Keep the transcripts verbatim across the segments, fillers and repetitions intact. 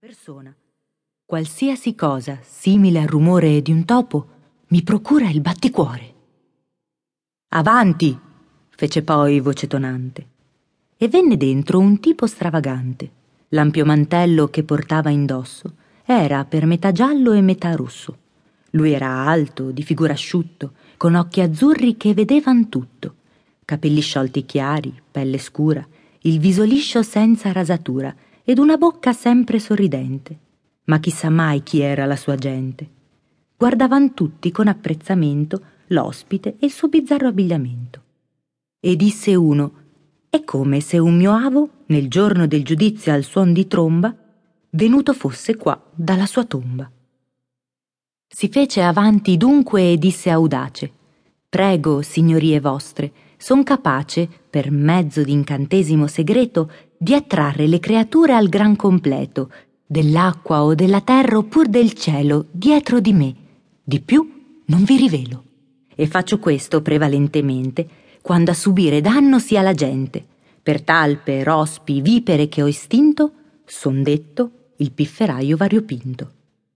persona. Qualsiasi cosa simile al rumore di un topo mi procura il batticuore. Avanti, fece poi voce tonante, e venne dentro un tipo stravagante. L'ampio mantello che portava indosso era per metà giallo e metà rosso. Lui era alto, di figura asciutto, con occhi azzurri che vedevan tutto, capelli sciolti chiari, pelle scura, il viso liscio senza rasatura ed una bocca sempre sorridente. Ma chissà mai chi era la sua gente. Guardavan tutti con apprezzamento l'ospite e il suo bizzarro abbigliamento. E disse uno: è come se un mio avo, nel giorno del giudizio al suon di tromba, venuto fosse qua dalla sua tomba. Si fece avanti dunque e disse audace: prego, signorie vostre, son capace, per mezzo d'incantesimo segreto, di attrarre le creature al gran completo, dell'acqua o della terra oppur del cielo, dietro di me. Di più non vi rivelo. E faccio questo prevalentemente quando a subire danno sia la gente. Per talpe, rospi, vipere che ho estinto, son detto il pifferaio variopinto.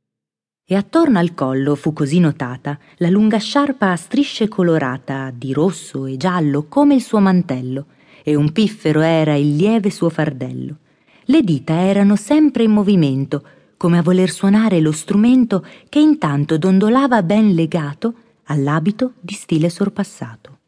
E attorno al collo fu così notata la lunga sciarpa a strisce colorata di rosso e giallo come il suo mantello, e un piffero era il lieve suo fardello. Le dita erano sempre in movimento, come a voler suonare lo strumento che intanto dondolava ben legato all'abito di stile sorpassato.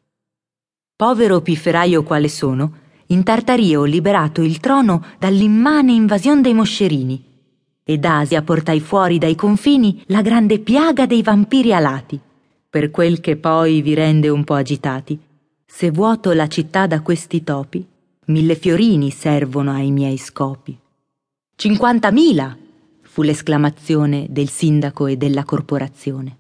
Povero pifferaio quale sono, in Tartaria ho liberato il trono dall'immane invasion dei moscerini, ed Asia portai fuori dai confini la grande piaga dei vampiri alati, per quel che poi vi rende un po' agitati. Se vuoto la città da questi topi, mille fiorini servono ai miei scopi. Cinquantamila! Fu l'esclamazione del sindaco e della corporazione.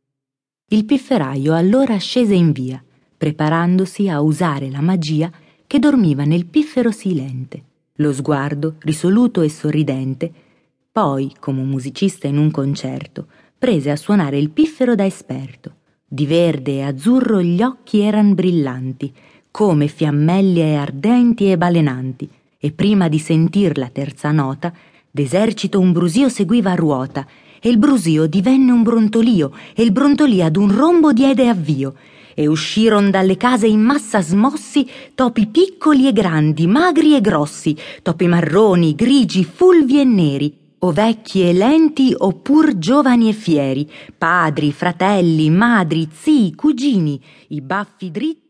Il pifferaio allora scese in via, preparandosi a usare la magia che dormiva nel piffero silente. Lo sguardo, risoluto e sorridente, poi, come un musicista in un concerto, prese a suonare il piffero da esperto. Di verde e azzurro gli occhi eran brillanti, come fiammelle ardenti e balenanti, e prima di sentir la terza nota, d'esercito un brusio seguiva a ruota, e il brusio divenne un brontolio, e il brontolio ad un rombo diede avvio, e usciron dalle case in massa smossi topi piccoli e grandi, magri e grossi, topi marroni, grigi, fulvi e neri, o vecchi e lenti oppur giovani e fieri, padri, fratelli, madri, zii, cugini, i baffi dritti